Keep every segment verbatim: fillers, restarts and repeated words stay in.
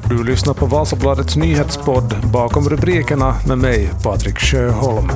Du lyssnar på Vasabladets nyhetspodd Bakom rubrikerna med mig, Patrik Sjöholm.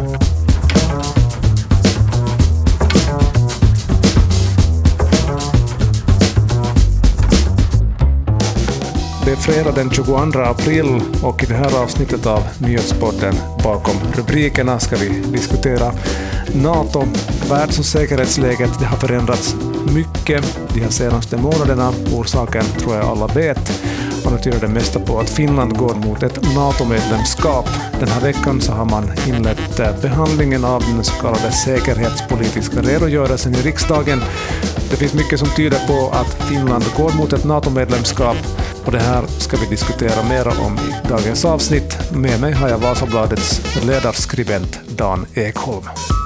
Det är fredag den tjugoandra april och i det här avsnittet av nyhetspodden Bakom rubrikerna ska vi diskutera NATO. Världs- och säkerhetsläget det har förändrats mycket de här senaste månaderna. Orsaken tror jag alla vet. Och nu tyder det mesta på att Finland går mot ett NATO-medlemskap. Den här veckan så har man inlett behandlingen av den så kallade säkerhetspolitiska redogörelsen i riksdagen. Det finns mycket som tyder på att Finland går mot ett NATO-medlemskap. Och det här ska vi diskutera mer om i dagens avsnitt. Med mig har jag Vasabladets ledarskribent Dan Ekholm.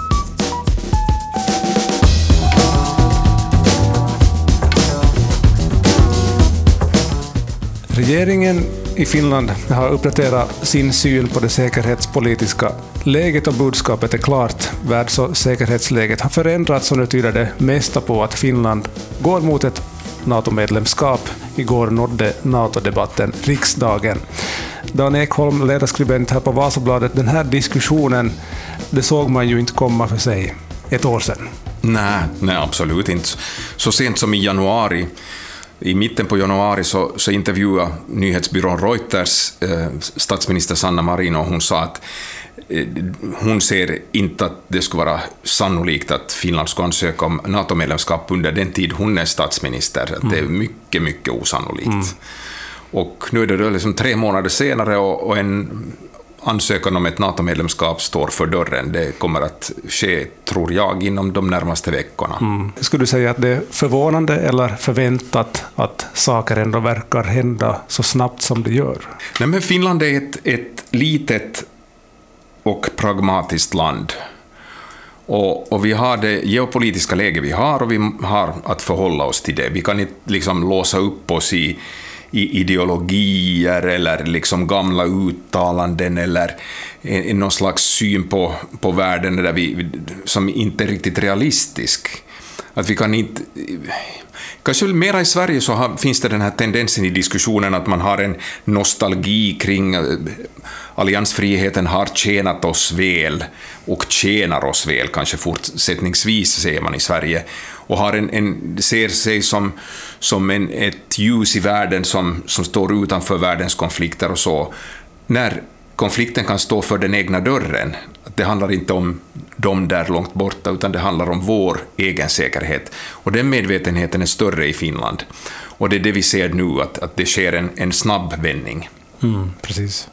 Regeringen i Finland har uppdaterat sin syn på det säkerhetspolitiska läget och budskapet är klart. Världs- och säkerhetsläget har förändrats och nu tyder det mesta på att Finland går mot ett NATO-medlemskap. Igår nådde NATO-debatten riksdagen. Dan Ekholm, ledarskribent här på Vasabladet. Den här diskussionen, det såg man ju inte komma för sig ett år sedan. Nej, nej absolut inte. Så sent som i januari, i mitten på januari så, så intervjuade nyhetsbyrån Reuters eh, statsminister Sanna Marin och hon sa att eh, hon ser inte att det skulle vara sannolikt att Finland ska ansöka om NATO-medlemskap under den tid hon är statsminister. Mm. Det är mycket, mycket osannolikt. Mm. Och nu är det liksom tre månader senare och, och en ansökan om ett NATO-medlemskap står för dörren. Det kommer att ske, tror jag, inom de närmaste veckorna. Mm. Skulle du säga att det är förvånande eller förväntat att saker ändå verkar hända så snabbt som det gör? Nej, men Finland är ett, ett litet och pragmatiskt land. Och, och vi har det geopolitiska läge vi har och vi har att förhålla oss till det. Vi kan inte liksom låsa upp oss i i ideologier eller liksom gamla uttalanden eller en, någon slags syn på, på världen där vi, som inte är riktigt realistisk. Att vi kan inte... Kanske mera i Sverige så har, finns det den här tendensen i diskussionen att man har en nostalgi kring alliansfriheten har tjänat oss väl och tjänar oss väl, kanske fortsättningsvis säger man i Sverige, och har en, en, ser sig som, som en, ett ljus i världen som, som står utanför världens konflikter och så. När konflikten kan stå för den egna dörren, det handlar inte om de där långt borta utan det handlar om vår egen säkerhet. Och den medvetenheten är större i Finland. Och det är det vi ser nu, att, att det sker en, en snabb vändning. Mm, precis.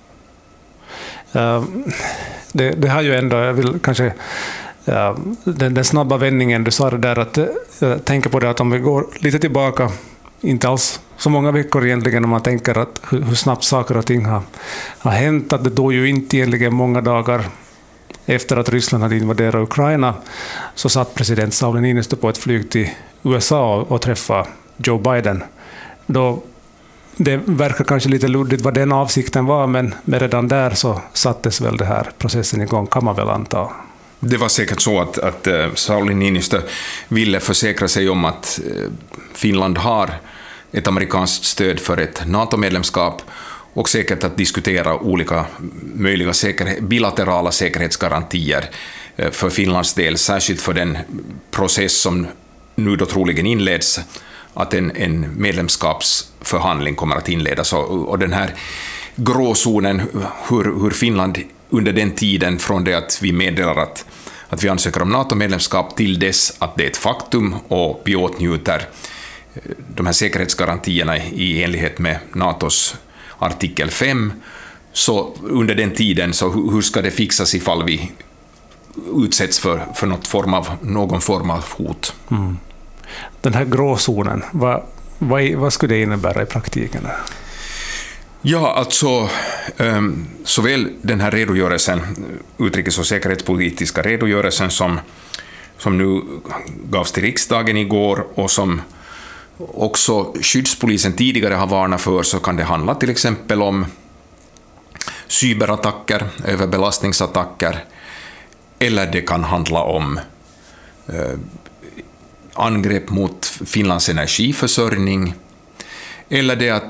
Uh, det, det har ju ändå, jag vill kanske... Ja, den, den snabba vändningen, du sa det där att jag tänker på det att om vi går lite tillbaka, inte alls så många veckor egentligen, om man tänker att hur, hur snabbt saker och ting har, har hänt, att det då ju inte egentligen många dagar efter att Ryssland hade invaderat Ukraina så satt president Sauli Niinistö på ett flyg till U S A och, och träffade Joe Biden. Då, det verkar kanske lite luddigt vad den avsikten var, men, men redan där så sattes väl det här processen igång, kan man väl anta. Det var säkert så att, att Sauli Niinistö ville försäkra sig om att Finland har ett amerikanskt stöd för ett NATO-medlemskap och säkert att diskutera olika möjliga säkerhet, bilaterala säkerhetsgarantier för Finlands del, särskilt för den process som nu då troligen inleds, att en, en medlemskapsförhandling kommer att inledas. Och, och den här gråzonen, hur, hur Finland under den tiden från det att vi meddelar att, att vi ansöker om NATO-medlemskap till dess att det är ett faktum och vi åtnjuter de här säkerhetsgarantierna i enlighet med NATOs artikel fem, så under den tiden så hur ska det fixas ifall vi utsätts för, för något form av, någon form av hot? Mm. Den här gråzonen, vad, vad, vad skulle det innebära i praktiken? Ja, alltså um, såväl den här redogörelsen, utrikes- och säkerhetspolitiska redogörelsen som, som nu gavs till riksdagen igår och som också skyddspolisen tidigare har varnat för, så kan det handla till exempel om cyberattacker, överbelastningsattacker, eller det kan handla om eh, angrepp mot Finlands energiförsörjning, eller det att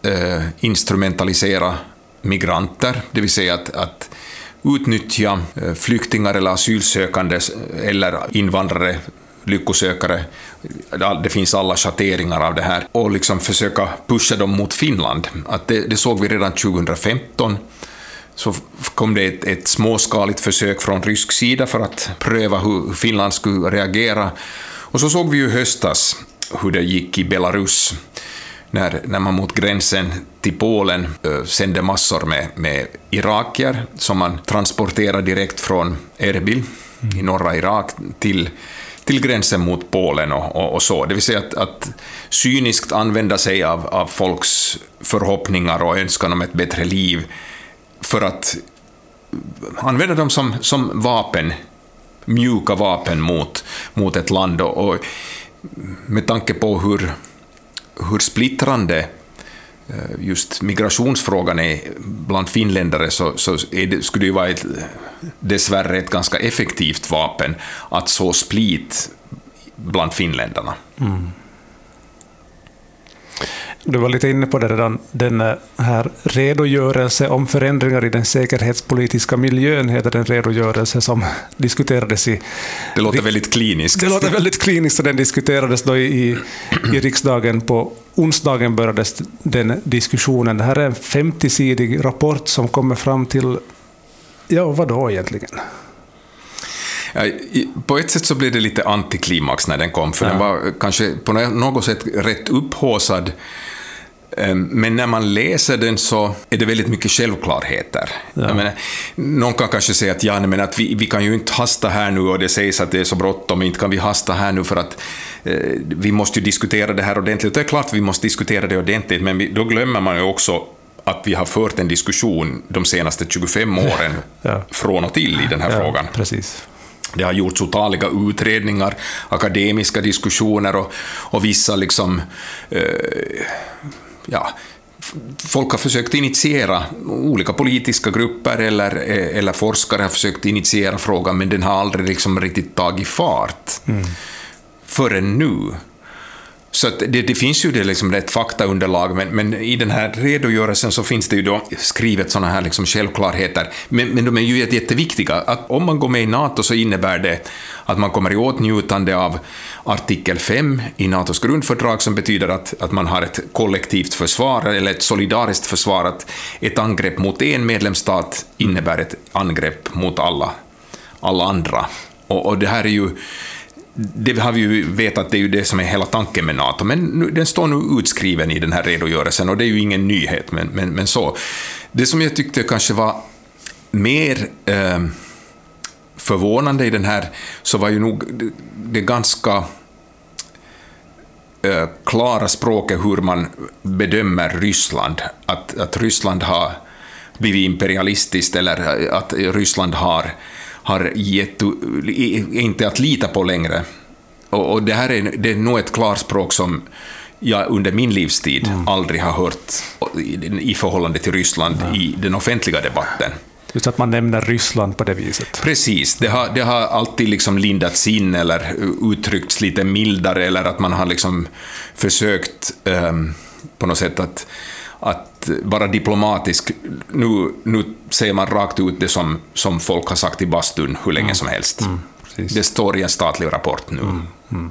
eh, instrumentalisera migranter, det vill säga att, att utnyttja eh, flyktingar eller asylsökande eller invandrare, lyckosökare, det finns alla schatteringar av det här, och liksom försöka pusha dem mot Finland. Att det, det såg vi redan tjugohundrafemton. Så kom det ett, ett småskaligt försök från rysk sida för att pröva hur Finland skulle reagera. Och så såg vi ju höstas hur det gick i Belarus när, när man mot gränsen till Polen äh, sände massor med, med irakier som man transporterade direkt från Erbil mm. i norra Irak till, till gränsen mot Polen och, och, och så. Det vill säga att, att cyniskt använda sig av, av folks förhoppningar och önskan om ett bättre liv för att använda dem som, som vapen, mjuka vapen mot, mot ett land. Och, och med tanke på hur, hur splittrande just migrationsfrågan är bland finländare, så, så är det, skulle det ju vara ett, dessvärre ett ganska effektivt vapen att så split bland finländarna. Mm. Du var lite inne på det redan, den här redogörelse om förändringar i den säkerhetspolitiska miljön heter den redogörelse som diskuterades i... Det låter väldigt kliniskt. Det låter väldigt kliniskt, och den diskuterades då i, i riksdagen. På onsdagen börjades den diskussionen. Det här är en femtio-sidig rapport som kommer fram till, ja, vad då egentligen? Ja, på ett sätt så blev det lite antiklimax när den kom, för ja. den var kanske på något sätt rätt upphåsad. Men när man läser den så är det väldigt mycket självklarheter. Ja. Jag menar, någon kan kanske säga att, ja, men att vi, vi kan ju inte hasta här nu, och det sägs att det är så bråttom, inte kan vi hasta här nu för att eh, vi måste ju diskutera det här ordentligt. Det är klart vi måste diskutera det ordentligt, men vi, då glömmer man ju också att vi har fört en diskussion de senaste tjugofem åren ja. från och till i den här ja, frågan. Precis. Det har gjorts otaliga utredningar, akademiska diskussioner och, och vissa liksom, eh, ja, folk har försökt initiera, olika politiska grupper eller, eller forskare har försökt initiera frågan, men den har aldrig liksom riktigt tagit fart mm. förrän nu. Så att det, det finns ju det liksom rätt faktaunderlag, men, men i den här redogörelsen så finns det ju då skrivet såna här liksom självklarheter, men, men de är ju jätteviktiga. Att om man går med i NATO så innebär det att man kommer i åtnjutande av artikel fem i NATOs grundfördrag, som betyder att, att man har ett kollektivt försvar eller ett solidariskt försvar, att ett angrepp mot en medlemsstat innebär ett angrepp mot alla, alla andra. Och, och det här är ju, det har vi ju vetat, det är ju det som är hela tanken med NATO, men nu, den står nu utskriven i den här redogörelsen, och det är ju ingen nyhet, men, men, men så. Det som jag tyckte kanske var mer eh, förvånande i den här, så var ju nog det, det ganska eh, klara språket hur man bedömer Ryssland, att, att Ryssland har blivit imperialistiskt, eller att Ryssland har har gett, inte att lita på längre. Och, och det här är, det är nog ett klarspråk som jag under min livstid mm. aldrig har hört i, i förhållande till Ryssland ja. i den offentliga debatten. Just att man nämner Ryssland på det viset. Precis, det har, det har alltid liksom lindats in eller uttryckts lite mildare, eller att man har liksom försökt um, på något sätt att att vara diplomatisk. Nu, nu säger man rakt ut det som, som folk har sagt i bastun hur länge mm. som helst. Mm, det står i en statlig rapport nu. Mm, mm.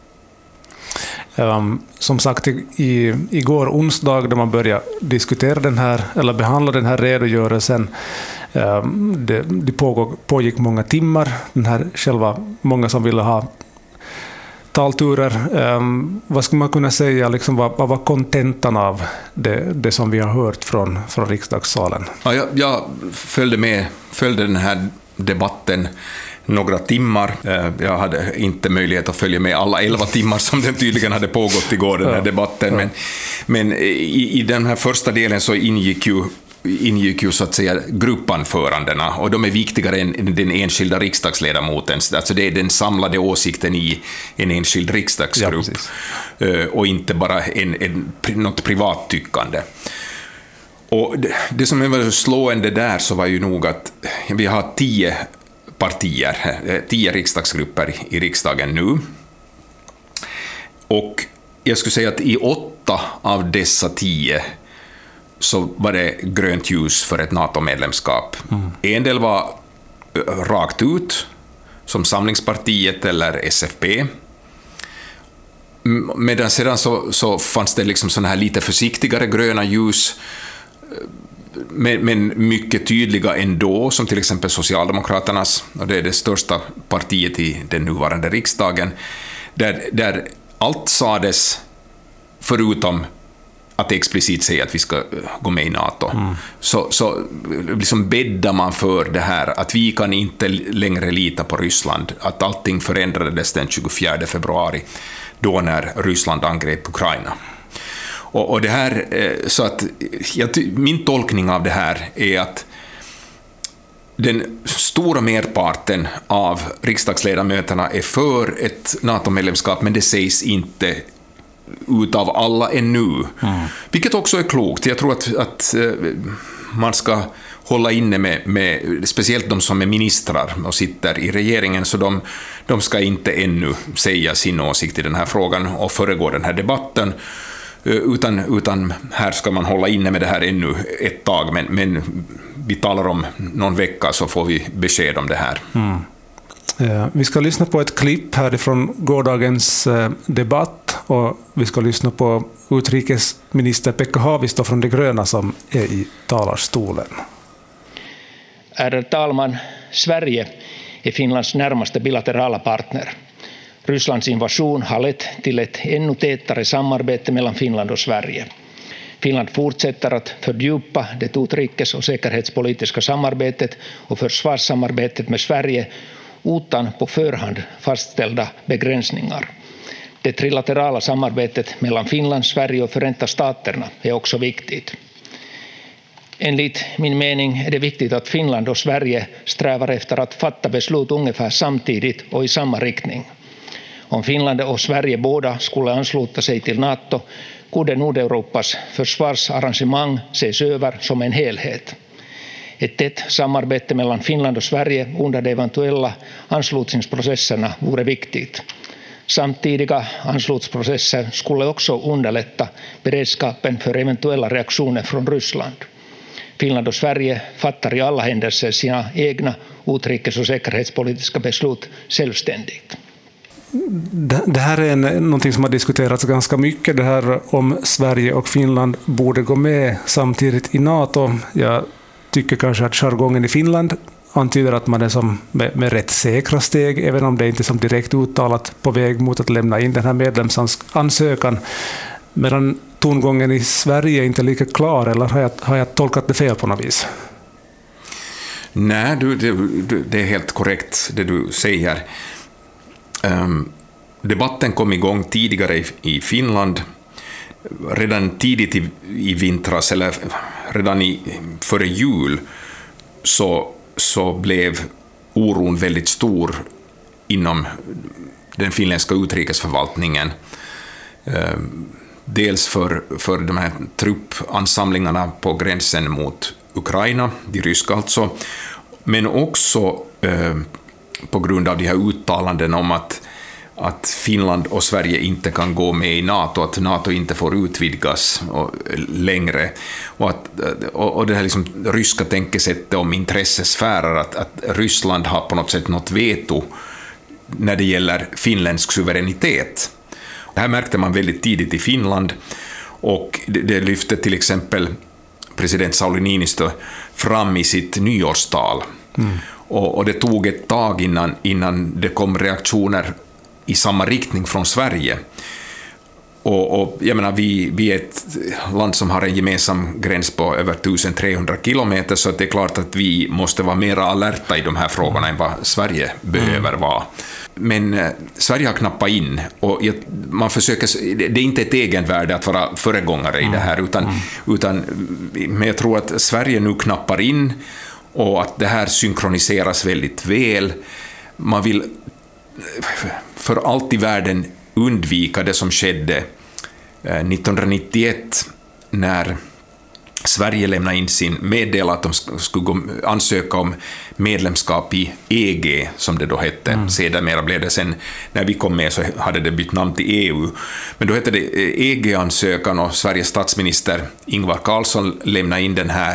Um, som sagt, i, igår onsdag då man började diskutera den här, eller behandla den här redogörelsen, um, det, det pågick, pågick många timmar. Den här själva, många som ville ha talturer. Um, vad skulle man kunna säga, liksom, vad, vad var kontentan av det, det som vi har hört från, från riksdagssalen? Ja, jag, jag följde med, följde den här debatten några timmar. Jag hade inte möjlighet att följa med alla elva timmar som den tydligen hade pågått igår, den här ja, debatten. Ja. Men, men i, i den här första delen så ingick ju ingick ju så att säga gruppanförandena, och de är viktigare än den enskilda riksdagsledamotens. Alltså det är den samlade åsikten i en enskild riksdagsgrupp, ja, och inte bara en, en, något privat tyckande. Och det, det som var slående där så var ju nog att vi har tio partier, tio riksdagsgrupper i riksdagen nu. Och jag skulle säga att i åtta av dessa tio så var det grönt ljus för ett NATO-medlemskap. Mm. En del var rakt ut, som Samlingspartiet eller S F P. Medan sedan så, så fanns det liksom såna här lite försiktigare gröna ljus, men, men mycket tydliga ändå, som till exempel Socialdemokraternas, och det är det största partiet i den nuvarande riksdagen, där, där allt sades förutom att explicit säga att vi ska gå med i NATO. Mm. Så, så liksom bäddar man för det här att vi kan inte längre lita på Ryssland, att allting förändrades den tjugofjärde februari, då när Ryssland angrep Ukraina. Och, och det här, så att jag, min tolkning av det här är att den stora merparten av riksdagsledamöterna är för ett NATO-medlemskap, men det sägs inte utav alla ännu. Mm. Vilket också är klokt. Jag tror att, att man ska hålla inne med, med speciellt de som är ministrar och sitter i regeringen, så de, de ska inte ännu säga sin åsikt i den här frågan och föregå den här debatten, utan, utan här ska man hålla inne med det här ännu ett tag, men, men vi talar om någon vecka så får vi besked om det här. Mm. Vi ska lyssna på ett klipp härifrån gårdagens debatt, och vi ska lyssna på utrikesminister Pekka Haavisto från De gröna som är i talarstolen. Ärade talman, Sverige är Finlands närmaste bilaterala partner. Rysslands invasion har lett till ett ännu tätare samarbete mellan Finland och Sverige. Finland fortsätter att fördjupa det utrikes- och säkerhetspolitiska samarbetet och försvarssamarbetet med Sverige utan på förhand fastställda begränsningar. Det trilaterala samarbetet mellan Finland, Sverige och Förenta staterna är också viktigt. Enligt min mening är det viktigt att Finland och Sverige strävar efter att fatta beslut ungefär samtidigt och i samma riktning. Om Finland och Sverige båda skulle ansluta sig till NATO, kunde Nordeuropas försvarsarrangemang ses över som en helhet. Ett tätt samarbete mellan Finland och Sverige under de eventuella anslutningsprocesserna vore viktigt. Samtidiga anslutningsprocesser skulle också underlätta beredskapen för eventuella reaktioner från Ryssland. Finland och Sverige fattar i alla händelser sina egna utrikes- och säkerhetspolitiska beslut självständigt. Det här är en, någonting som har diskuterats ganska mycket, det här om Sverige och Finland borde gå med samtidigt i NATO. Jag tycker kanske att jargongen i Finland antyder att man är som med, med rätt säkra steg, även om det inte är som direkt uttalat på väg mot att lämna in den här medlemsansökan. Medan tongången i Sverige är inte lika klar, eller har jag, har jag tolkat det fel på något vis? Nej, du, det, det är helt korrekt det du säger. Um, debatten kom igång tidigare i, i Finland, redan tidigt i, i vintras, eller redan i, före jul, så, så blev oron väldigt stor inom den finländska utrikesförvaltningen. Um, dels för, för de här truppansamlingarna på gränsen mot Ukraina, de ryska alltså, men också eh, på grund av de här uttalanden om att, att Finland och Sverige inte kan gå med i NATO, att NATO inte får utvidgas och, längre, och, att, och, och det här liksom ryska tänkesättet om intressesfärer, att, att Ryssland har på något sätt något veto när det gäller finländsk suveränitet. Det här märkte man väldigt tidigt i Finland, och det, det lyfte till exempel president Sauli Niinistö fram i sitt nyårstal. Mm. Och, och det tog ett tag innan, innan det kom reaktioner i samma riktning från Sverige. Och, och jag menar, vi, vi är ett land som har en gemensam gräns på över tusentrehundra kilometer, så att det är klart att vi måste vara mer alerta i de här frågorna än vad Sverige behöver mm. vara. Men eh, Sverige har knappat in, och jag, man försöker, det är inte ett egenvärde att vara föregångare mm. i det här, utan, mm. utan men jag tror att Sverige nu knappar in, och att det här synkroniseras väldigt väl. Man vill för allt i världen undvika det som skedde nittonhundranittioett, när Sverige lämnade in sin meddelande att de skulle ansöka om medlemskap i E G, som det då hette. Mm. Sedermera blev det sen, när vi kom med så hade det bytt namn till E U. Men då hette det E G-ansökan och Sveriges statsminister Ingvar Carlsson lämnade in den här.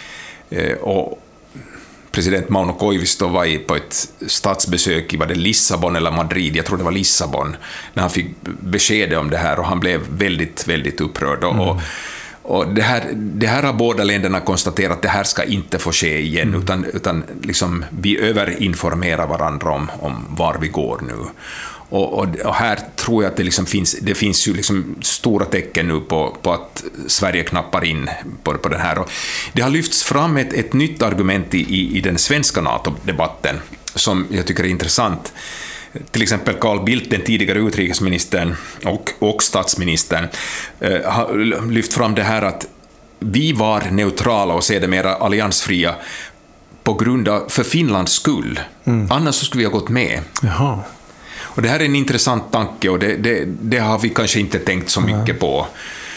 Och president Mauno Koivisto var på ett statsbesök i var det Lissabon eller Madrid, jag tror det var Lissabon, när han fick besked om det här, och han blev väldigt, väldigt upprörd. Mm. Och, och det, här, det här har båda länderna konstaterat att det här ska inte få ske igen, mm. utan, utan liksom vi överinformerar varandra om, om var vi går nu. Och, och, och här tror jag att det, liksom finns, det finns ju liksom stora tecken nu på, på att Sverige knappar in på, på den här. Och det har lyfts fram ett, ett nytt argument i, i, i den svenska NATO-debatten som jag tycker är intressant. Till exempel Carl Bildt, den tidigare utrikesministern och, och statsministern, eh, har lyft fram det här att vi var neutrala och sedermera alliansfria på grund av för Finlands skull. Mm. Annars så skulle vi ha gått med. Jaha. Och det här är en intressant tanke, och det, det, det har vi kanske inte tänkt så mycket Nej. på.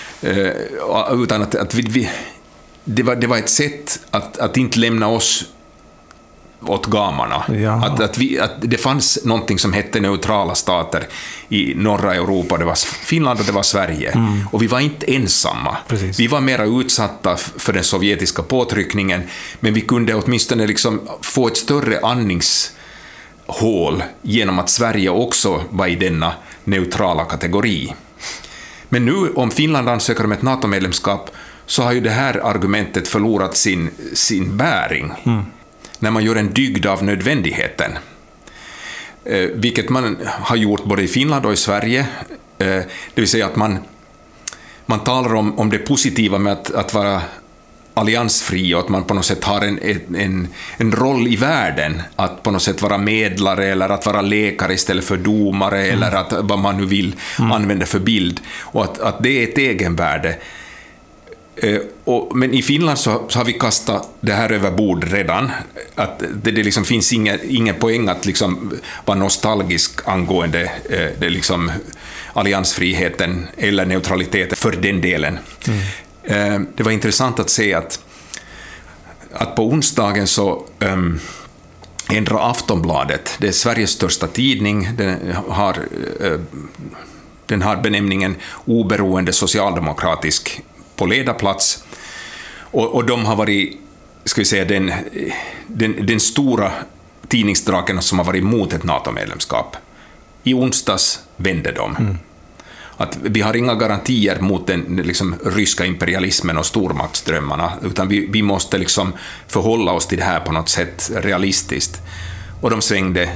Uh, utan att, att vi, vi, det, var, det var ett sätt att, att inte lämna oss åt gamarna. Ja. Att, att, vi, att det fanns någonting som hette neutrala stater i norra Europa. Det var Finland och det var Sverige. Mm. Och vi var inte ensamma. Precis. Vi var mera utsatta för den sovjetiska påtryckningen, men vi kunde åtminstone liksom få ett större andnings hål genom att Sverige också var i denna neutrala kategori. Men nu om Finland ansöker om ett NATO-medlemskap så har ju det här argumentet förlorat sin, sin bäring. Mm. När man gör en dygd av nödvändigheten. Eh, vilket man har gjort både i Finland och i Sverige. Eh, det vill säga att man, man talar om, om det positiva med att, att vara alliansfri, och att man på något sätt har en, en, en roll i världen, att på något sätt vara medlare eller att vara läkare istället för domare, mm. eller att vad man nu vill mm. använda för bild, och att, att det är ett egenvärde. Eh, och, men i Finland så, så har vi kastat det här över bord redan, att det, det liksom finns ingen, ingen poäng att liksom vara nostalgisk angående eh, det liksom alliansfriheten eller neutraliteten för den delen. Mm. Det var intressant att se att, att på onsdagen så um, ändrar Aftonbladet, det är Sveriges största tidning, den har, uh, den har benämningen oberoende socialdemokratisk på ledarplats, och, och de har varit, ska vi säga, den, den, den stora tidningsdraken som har varit emot ett NATO-medlemskap. I onsdags vände de. Mm. Att vi har inga garantier mot den liksom, ryska imperialismen och stormaktsdrömmarna, utan vi, vi måste liksom förhålla oss till det här på något sätt realistiskt. Och de svängde.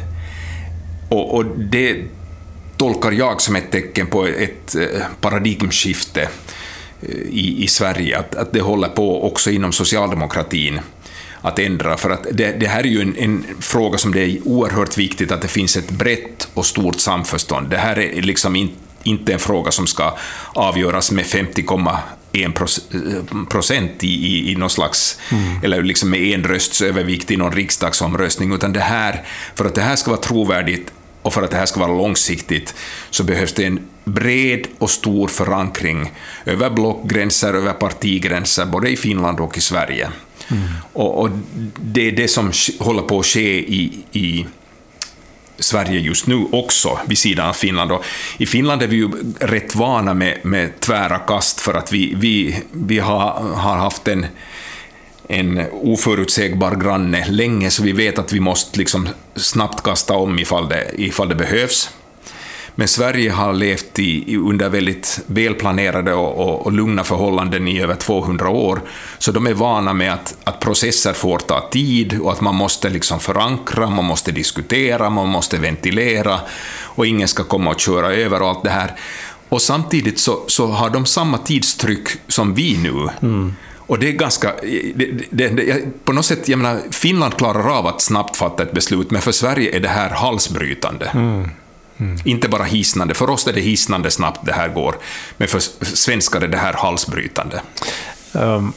Och, och det tolkar jag som ett tecken på ett paradigmskifte i, i Sverige, att, att det håller på också inom socialdemokratin att ändra, för att det, det här är ju en, en fråga som det är oerhört viktigt att det finns ett brett och stort samförstånd. Det här är liksom inte inte en fråga som ska avgöras med femtio komma en procent i, i, i någon slags, mm. eller liksom med en rösts övervikt i någon riksdagsomröstning, utan det här, för att det här ska vara trovärdigt och för att det här ska vara långsiktigt, så behövs det en bred och stor förankring över blockgränser, över partigränser, både i Finland och i Sverige. Mm. Och, och det är det som håller på att ske i, i Sverige just nu också, vid sidan av Finland. Och i Finland är vi ju rätt vana med, med tvära kast, för att vi, vi, vi har, har haft en, en oförutsägbar granne länge, så vi vet att vi måste liksom snabbt kasta om ifall det, ifall det behövs. Men Sverige har levt i, under väldigt välplanerade och, och, och lugna förhållanden i över tvåhundra år, så de är vana med att, att processer får ta tid och att man måste liksom förankra, man måste diskutera, man måste ventilera och ingen ska komma och köra över och allt det här. Och samtidigt så, så har de samma tidstryck som vi nu. Mm. Och det är ganska, det, det, det, på något sätt, jag menar, Finland klarar av att snabbt fatta ett beslut, men för Sverige är det här halsbrytande. Mm. Mm. Inte bara hisnande, för oss är det hisnande snabbt det här går, men för svenskar är det här halsbrytande. Um,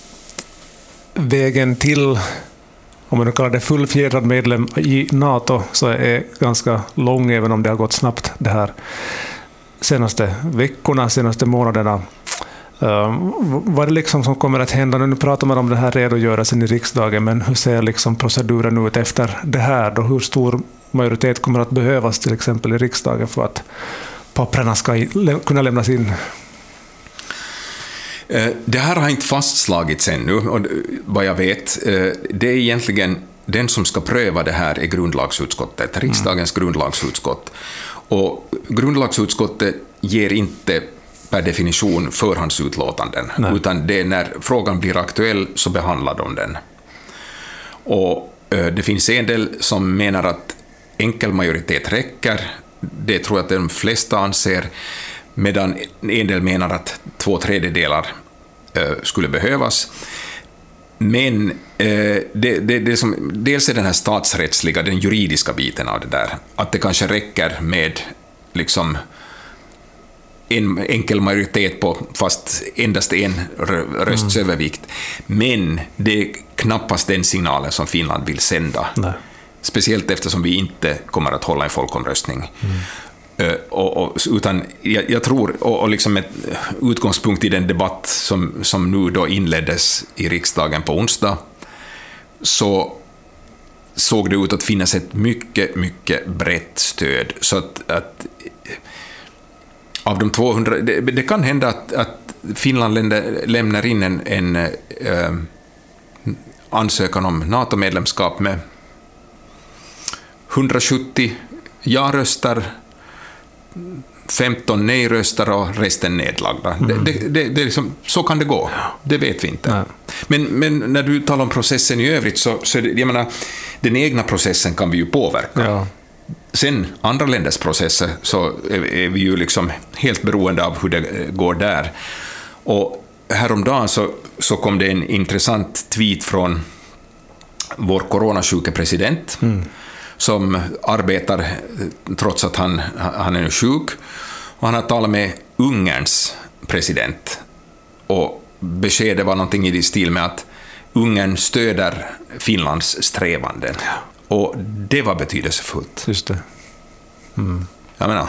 vägen till, om man kallar det fullfjädrad medlem i NATO, så är ganska lång, även om det har gått snabbt det här senaste veckorna, senaste månaderna. Uh, vad är det liksom som kommer att hända? Nu pratar man om den här redogörelsen i riksdagen, men hur ser liksom proceduren ut efter det här då? Hur stor majoritet kommer att behövas till exempel i riksdagen för att papperna ska i, kunna lämnas in? Det här har inte fastslagits ännu, och vad jag vet, det är egentligen den som ska pröva det här är grundlagsutskottet, riksdagens mm. grundlagsutskott. Och grundlagsutskottet ger inte per definition förhandsutlåtanden, Nej. utan det är när frågan blir aktuell så behandlar de den. Och det finns en del som menar att enkel majoritet räcker, det tror jag att de flesta anser, medan en del menar att två tredjedelar eh, skulle behövas. Men eh, det, det, det som, dels är den här statsrättsliga, den juridiska biten av det där, att det kanske räcker med liksom en enkel majoritet på fast endast en rösts mm. övervikt. Men det är knappast den signalen som Finland vill sända. Nej. Speciellt eftersom vi inte kommer att hålla en folkomröstning. Mm. Uh, och, och, utan jag, jag tror, och, och liksom ett utgångspunkt i den debatt som, som nu då inleddes i riksdagen på onsdag, så såg det ut att finnas ett mycket, mycket brett stöd. Så att, att av de tvåhundra, det, det kan hända att, att Finland länder, lämnar in en, en uh, ansökan om NATO-medlemskap med hundrasjuttio ja-röster, femton nej-röster och resten nedlagda. Mm. Det, det, det, det liksom, så kan det gå. Det vet vi inte. Men, men när du talar om processen i övrigt, så, så det, jag menar, den egna processen kan vi ju påverka. Ja. Sen andra länders processer så är, är vi ju liksom helt beroende av hur det går där. Och häromdagen så, så kom det en intressant tweet från vår coronasjuke president, mm. som arbetar trots att han, han är sjuk. Och han har talat med Ungerns president. Och beskedet var någonting i stil med att Ungern stöder Finlands strävanden. Ja. Och det var betydelsefullt. Just det. Mm. Jag menar.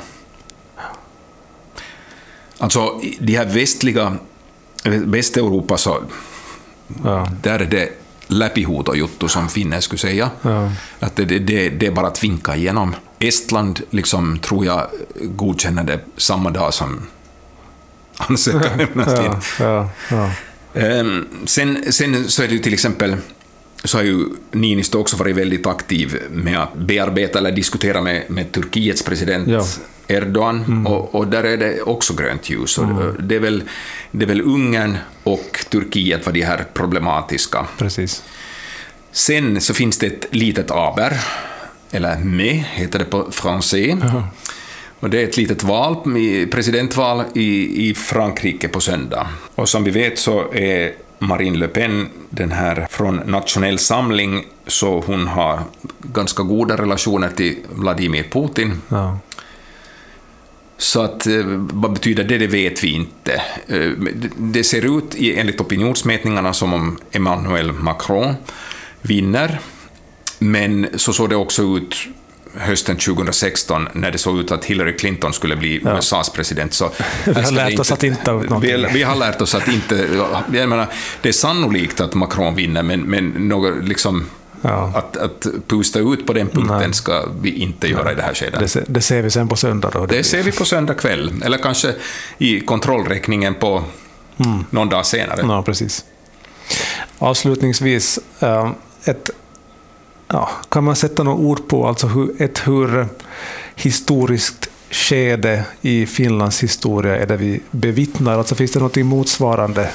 Alltså, de här västliga, Västeuropa, så ja. där är det läpihut och juttu som finner skulle säga. Ja. Att det, det, det är bara att vinka igenom. Estland liksom, tror jag godkänner det samma dag som ansökan lämnas in. Ja, ja, ja. um, sen, sen så är det ju till exempel, så har ju Niinistö också varit väldigt aktiv med att bearbeta eller diskutera med, med Turkiets president ja. Erdogan, mm. och, och där är det också grönt ljus. Mm. Det, är väl, det är väl Ungern och Turkiet var de här problematiska. Precis. Sen så finns det ett litet aber, eller mais heter det på fransé. Uh-huh. Och det är ett litet val, presidentval i, i Frankrike på söndag. Och som vi vet så är Marine Le Pen, den här från Nationell Samling, så hon har ganska goda relationer till Vladimir Putin. Ja. Så att, vad betyder det, det vet vi inte. Det ser ut enligt opinionsmätningarna som om Emmanuel Macron vinner, men så såg det också ut hösten tjugohundrasexton när det såg ut att Hillary Clinton skulle bli ja. U S A:s president. Så vi har lärt inte, oss att inte vi, vi har lärt oss att inte, jag menar, det är sannolikt att Macron vinner, men, men något liksom ja. att, att pusta ut på den punkten Nej. ska vi inte göra Nej. i det här skedet. Det, det ser vi sen på söndag då. Det, det ser vi på söndag kväll, eller kanske i kontrollräkningen på mm. någon dag senare. Ja, precis. Avslutningsvis, ett Ja, kan man sätta något ord på alltså hur, ett hur historiskt skede i Finlands historia är det vi bevittnar? Alltså finns det något motsvarande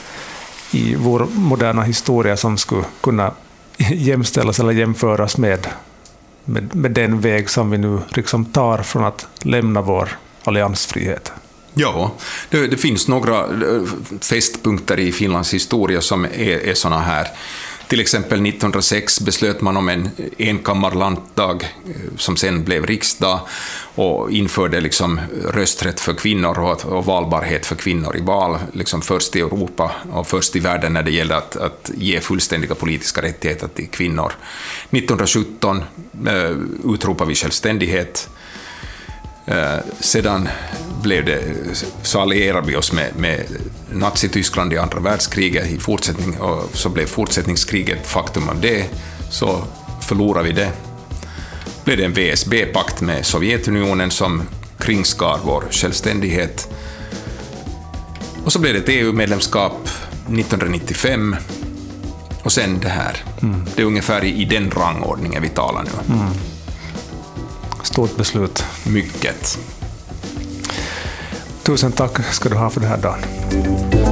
i vår moderna historia som skulle kunna jämställas eller jämföras med, med, med den väg som vi nu liksom tar från att lämna vår alliansfrihet? Ja, det, det finns några fästpunkter i Finlands historia som är, är såna här. Till exempel nittonhundrasex beslöt man om en enkammarlanddag som sen blev riksdag och införde liksom rösträtt för kvinnor och, och valbarhet för kvinnor i val, liksom först i Europa och först i världen när det gällde att, att ge fullständiga politiska rättigheter till kvinnor. nittonhundrasjutton eh, utropade vi självständighet. Sedan blev det, så allierade vi oss med, med Nazityskland i andra världskriget i fortsättning, och så blev fortsättningskriget faktum av det, så förlorade vi det. Blev det en V S B-pakt med Sovjetunionen som kringskar vår självständighet. Och så blev det ett E U-medlemskap nittonhundranittiofem, och sen det här. Mm. Det är ungefär i, i den rangordningen vi talar nu. Mm. Stort beslut. Mycket. Tusen tack ska du ha för det här dagen.